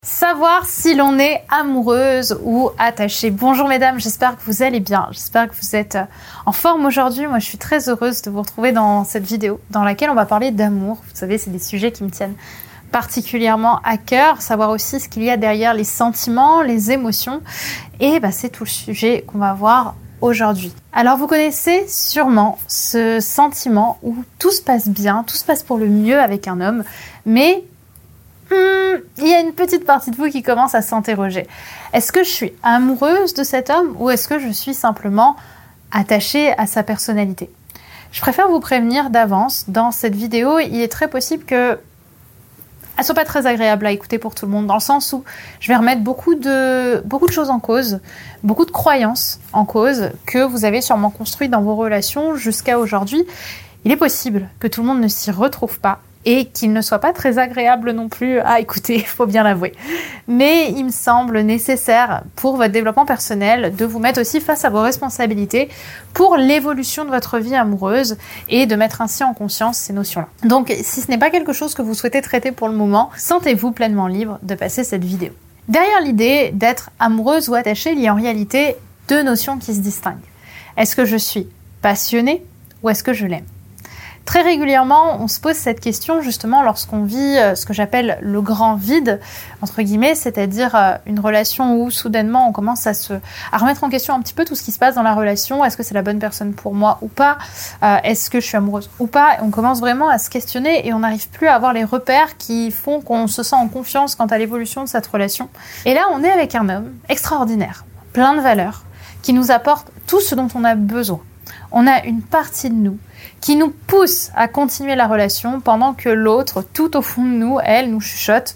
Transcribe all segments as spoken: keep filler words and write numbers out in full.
Savoir si l'on est amoureuse ou attachée. Bonjour mesdames, j'espère que vous allez bien, j'espère que vous êtes en forme aujourd'hui. Moi je suis très heureuse de vous retrouver dans cette vidéo dans laquelle on va parler d'amour. Vous savez, c'est des sujets qui me tiennent particulièrement à cœur, savoir aussi ce qu'il y a derrière les sentiments, les émotions. Et bah, c'est tout le sujet qu'on va voir aujourd'hui. Alors vous connaissez sûrement ce sentiment où tout se passe bien, tout se passe pour le mieux avec un homme, mais Hmm, il y a une petite partie de vous qui commence à s'interroger. Est-ce que je suis amoureuse de cet homme ou est-ce que je suis simplement attachée à sa personnalité? Je préfère vous prévenir d'avance. Dans cette vidéo, il est très possible que elle soit pas très agréable à écouter pour tout le monde, dans le sens où je vais remettre beaucoup de, beaucoup de choses en cause, beaucoup de croyances en cause que vous avez sûrement construites dans vos relations jusqu'à aujourd'hui. Il est possible que tout le monde ne s'y retrouve pas et qu'il ne soit pas très agréable non plus à écouter, il faut bien l'avouer. Mais il me semble nécessaire pour votre développement personnel de vous mettre aussi face à vos responsabilités pour l'évolution de votre vie amoureuse et de mettre ainsi en conscience ces notions-là. Donc, si ce n'est pas quelque chose que vous souhaitez traiter pour le moment, sentez-vous pleinement libre de passer cette vidéo. Derrière l'idée d'être amoureuse ou attachée, il y a en réalité deux notions qui se distinguent. Est-ce que je suis passionnée ou est-ce que je l'aime ? Très régulièrement, on se pose cette question justement lorsqu'on vit ce que j'appelle le grand vide, entre guillemets, c'est-à-dire une relation où soudainement on commence à se à remettre en question un petit peu tout ce qui se passe dans la relation. Est-ce que c'est la bonne personne pour moi ou pas ? euh, Est-ce que je suis amoureuse ou pas ? On commence vraiment à se questionner et on n'arrive plus à avoir les repères qui font qu'on se sent en confiance quant à l'évolution de cette relation. Et là, on est avec un homme extraordinaire, plein de valeurs, qui nous apporte tout ce dont on a besoin. On a une partie de nous qui nous pousse à continuer la relation pendant que l'autre, tout au fond de nous, elle, nous chuchote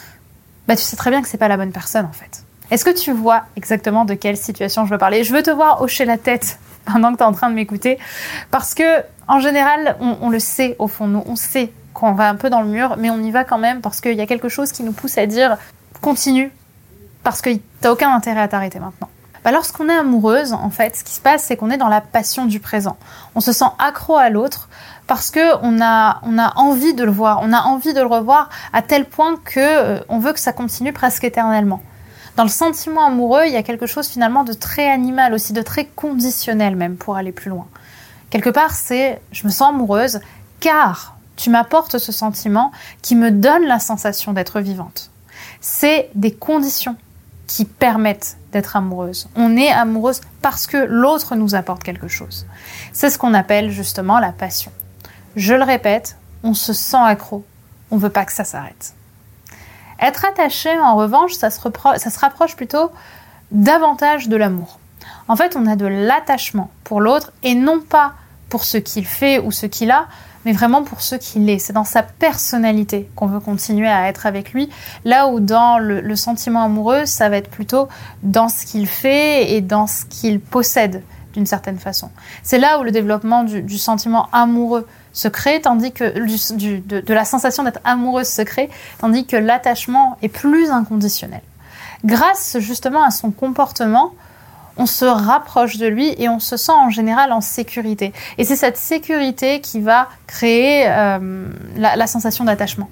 « Bah tu sais très bien que c'est pas la bonne personne en fait ». Est-ce que tu vois exactement de quelle situation je veux parler ? Je veux te voir hocher la tête pendant que tu es en train de m'écouter parce que en général, on, on le sait au fond de nous, on sait qu'on va un peu dans le mur, mais on y va quand même parce qu'il y a quelque chose qui nous pousse à dire « Continue » parce que t'as aucun intérêt à t'arrêter maintenant. Bah lorsqu'on est amoureuse, en fait, ce qui se passe, c'est qu'on est dans la passion du présent. On se sent accro à l'autre parce que on a, on a envie de le voir, on a envie de le revoir à tel point que euh, on veut que ça continue presque éternellement. Dans le sentiment amoureux, il y a quelque chose finalement de très animal aussi, de très conditionnel même pour aller plus loin. Quelque part, c'est je me sens amoureuse car tu m'apportes ce sentiment qui me donne la sensation d'être vivante. C'est des conditions qui permettent d'être amoureuse. On est amoureuse parce que l'autre nous apporte quelque chose. C'est ce qu'on appelle justement la passion. Je le répète, on se sent accro. On ne veut pas que ça s'arrête. Être attaché, en revanche, ça se, repro- ça se rapproche plutôt davantage de l'amour. En fait, on a de l'attachement pour l'autre et non pas pour ce qu'il fait ou ce qu'il a, mais vraiment pour ce qu'il est. C'est dans sa personnalité qu'on veut continuer à être avec lui, là où dans le, le sentiment amoureux, ça va être plutôt dans ce qu'il fait et dans ce qu'il possède d'une certaine façon. C'est là où le développement du, du sentiment amoureux se crée, tandis que du, du, de, de la sensation d'être amoureuse se crée, tandis que l'attachement est plus inconditionnel. Grâce justement à son comportement, on se rapproche de lui et on se sent en général en sécurité. Et c'est cette sécurité qui va créer euh, la, la sensation d'attachement.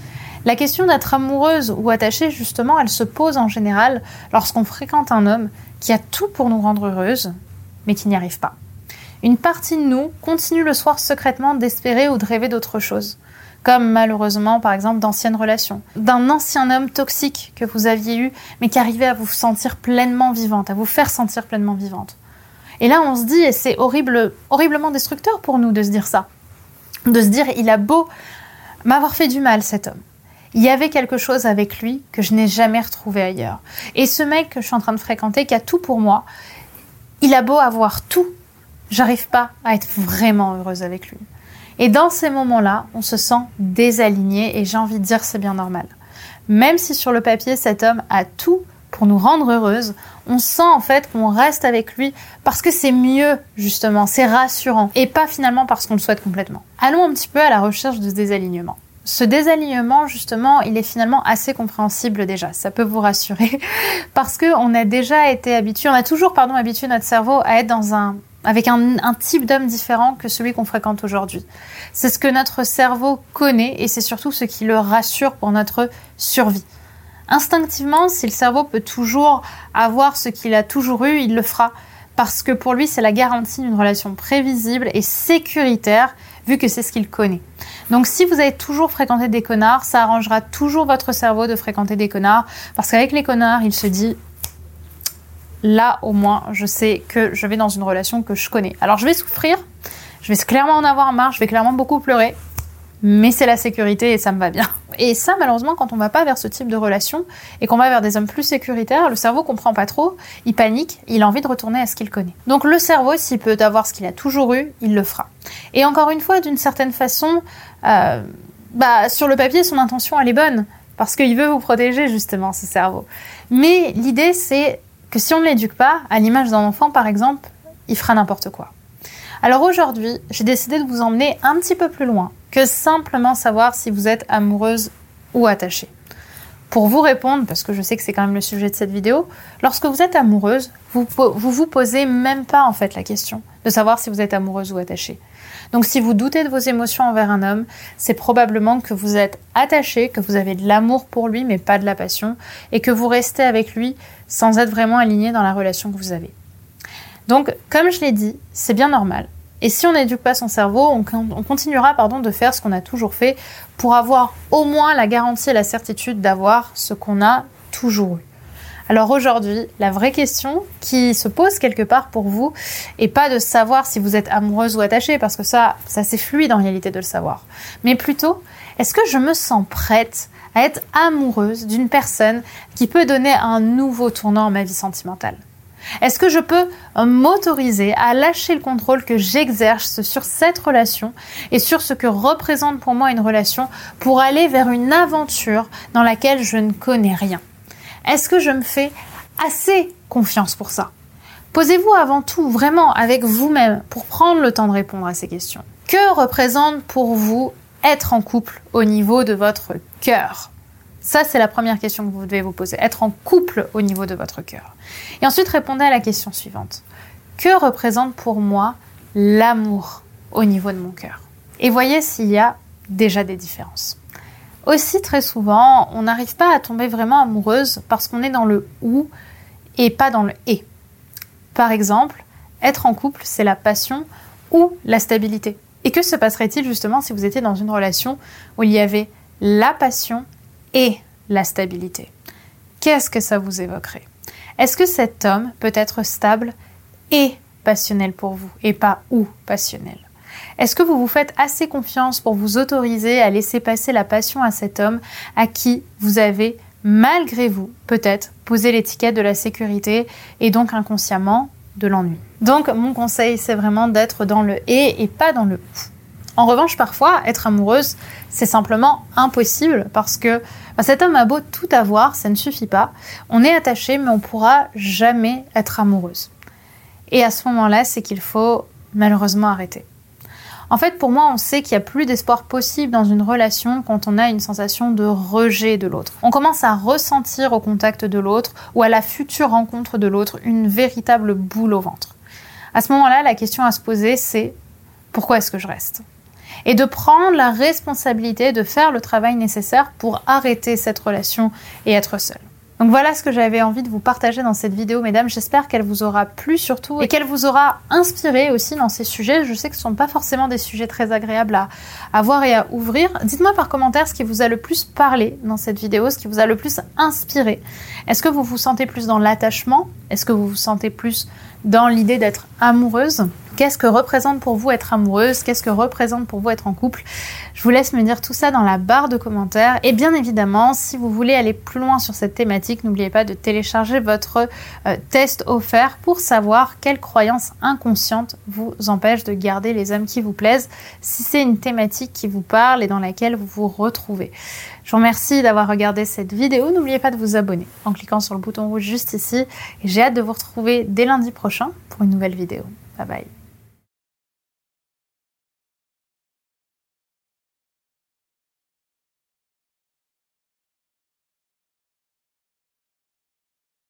La question d'être amoureuse ou attachée, justement, elle se pose en général lorsqu'on fréquente un homme qui a tout pour nous rendre heureuses, mais qui n'y arrive pas. Une partie de nous continue le soir secrètement d'espérer ou de rêver d'autre chose. Comme malheureusement, par exemple, d'anciennes relations, d'un ancien homme toxique que vous aviez eu, mais qui arrivait à vous sentir pleinement vivante, à vous faire sentir pleinement vivante. Et là, on se dit, et c'est horrible, horriblement destructeur pour nous de se dire ça, de se dire, il a beau m'avoir fait du mal, cet homme. Il y avait quelque chose avec lui que je n'ai jamais retrouvé ailleurs. Et ce mec que je suis en train de fréquenter, qui a tout pour moi, il a beau avoir tout, j'arrive pas à être vraiment heureuse avec lui. Et dans ces moments-là, on se sent désaligné et j'ai envie de dire c'est bien normal. Même si sur le papier, cet homme a tout pour nous rendre heureuses, on sent en fait qu'on reste avec lui parce que c'est mieux justement, c'est rassurant et pas finalement parce qu'on le souhaite complètement. Allons un petit peu à la recherche de ce désalignement. Ce désalignement, justement, il est finalement assez compréhensible déjà. Ça peut vous rassurer parce qu'on a déjà été habitué, on a toujours pardon, habitué notre cerveau à être dans un avec un, un type d'homme différent que celui qu'on fréquente aujourd'hui. C'est ce que notre cerveau connaît et c'est surtout ce qui le rassure pour notre survie. Instinctivement, si le cerveau peut toujours avoir ce qu'il a toujours eu, il le fera. Parce que pour lui, c'est la garantie d'une relation prévisible et sécuritaire, vu que c'est ce qu'il connaît. Donc si vous avez toujours fréquenté des connards, ça arrangera toujours votre cerveau de fréquenter des connards, parce qu'avec les connards, il se dit, là au moins, je sais que je vais dans une relation que je connais. Alors je vais souffrir, je vais clairement en avoir marre, je vais clairement beaucoup pleurer, mais c'est la sécurité et ça me va bien. Et ça, malheureusement, quand on va pas vers ce type de relation et qu'on va vers des hommes plus sécuritaires, le cerveau comprend pas trop, il panique, il a envie de retourner à ce qu'il connaît. Donc le cerveau, s'il peut avoir ce qu'il a toujours eu, il le fera. Et encore une fois, d'une certaine façon, euh, bah, sur le papier, son intention, elle est bonne, parce qu'il veut vous protéger, justement, ce cerveau. Mais l'idée, c'est que si on ne l'éduque pas, à l'image d'un enfant, par exemple, il fera n'importe quoi. Alors aujourd'hui, j'ai décidé de vous emmener un petit peu plus loin que simplement savoir si vous êtes amoureuse ou attachée. Pour vous répondre, parce que je sais que c'est quand même le sujet de cette vidéo, lorsque vous êtes amoureuse, vous vous, vous posez même pas en fait la question de savoir si vous êtes amoureuse ou attachée. Donc si vous doutez de vos émotions envers un homme, c'est probablement que vous êtes attachée, que vous avez de l'amour pour lui mais pas de la passion, et que vous restez avec lui sans être vraiment aligné dans la relation que vous avez. Donc, comme je l'ai dit, c'est bien normal. Et si on n'éduque pas son cerveau, on, on continuera pardon, de faire ce qu'on a toujours fait pour avoir au moins la garantie et la certitude d'avoir ce qu'on a toujours eu. Alors aujourd'hui, la vraie question qui se pose quelque part pour vous, et pas de savoir si vous êtes amoureuse ou attachée, parce que ça, ça c'est fluide en réalité de le savoir, mais plutôt, est-ce que je me sens prête à être amoureuse d'une personne qui peut donner un nouveau tournant à ma vie sentimentale ? Est-ce que je peux m'autoriser à lâcher le contrôle que j'exerce sur cette relation et sur ce que représente pour moi une relation pour aller vers une aventure dans laquelle je ne connais rien ? Est-ce que je me fais assez confiance pour ça ? Posez-vous avant tout vraiment avec vous-même pour prendre le temps de répondre à ces questions. Que représente pour vous être en couple au niveau de votre cœur ? Ça, c'est la première question que vous devez vous poser. Être en couple au niveau de votre cœur. Et ensuite, répondez à la question suivante. Que représente pour moi l'amour au niveau de mon cœur ? Et voyez s'il y a déjà des différences. Aussi, très souvent, on n'arrive pas à tomber vraiment amoureuse parce qu'on est dans le « ou » et pas dans le « et ». Par exemple, être en couple, c'est la passion ou la stabilité. Et que se passerait-il justement si vous étiez dans une relation où il y avait la passion et la stabilité? Qu'est-ce que ça vous évoquerait? Est-ce que cet homme peut être stable et passionnel pour vous et pas ou passionnel? Est-ce que vous vous faites assez confiance pour vous autoriser à laisser passer la passion à cet homme à qui vous avez, malgré vous, peut-être posé l'étiquette de la sécurité et donc inconsciemment de l'ennui? Donc mon conseil, c'est vraiment d'être dans le et et pas dans le ou. En revanche, parfois, être amoureuse, c'est simplement impossible parce que bah, cet homme a beau tout avoir, ça ne suffit pas. On est attaché, mais on ne pourra jamais être amoureuse. Et à ce moment-là, c'est qu'il faut malheureusement arrêter. En fait, pour moi, on sait qu'il n'y a plus d'espoir possible dans une relation quand on a une sensation de rejet de l'autre. On commence à ressentir au contact de l'autre ou à la future rencontre de l'autre une véritable boule au ventre. À ce moment-là, la question à se poser, c'est pourquoi est-ce que je reste ? Et de prendre la responsabilité de faire le travail nécessaire pour arrêter cette relation et être seule. Donc voilà ce que j'avais envie de vous partager dans cette vidéo, mesdames. J'espère qu'elle vous aura plu surtout et qu'elle vous aura inspiré aussi dans ces sujets. Je sais que ce ne sont pas forcément des sujets très agréables à, à voir et à ouvrir. Dites-moi par commentaire ce qui vous a le plus parlé dans cette vidéo, ce qui vous a le plus inspiré. Est-ce que vous vous sentez plus dans l'attachement? Est-ce que vous vous sentez plus dans l'idée d'être amoureuse? Qu'est-ce que représente pour vous être amoureuse? Qu'est-ce que représente pour vous être en couple? Je vous laisse me dire tout ça dans la barre de commentaires. Et bien évidemment, si vous voulez aller plus loin sur cette thématique, n'oubliez pas de télécharger votre euh, test offert pour savoir quelles croyances inconscientes vous empêchent de garder les hommes qui vous plaisent, si c'est une thématique qui vous parle et dans laquelle vous vous retrouvez. Je vous remercie d'avoir regardé cette vidéo. N'oubliez pas de vous abonner en cliquant sur le bouton rouge juste ici. Et j'ai hâte de vous retrouver dès lundi prochain pour une nouvelle vidéo. Bye bye.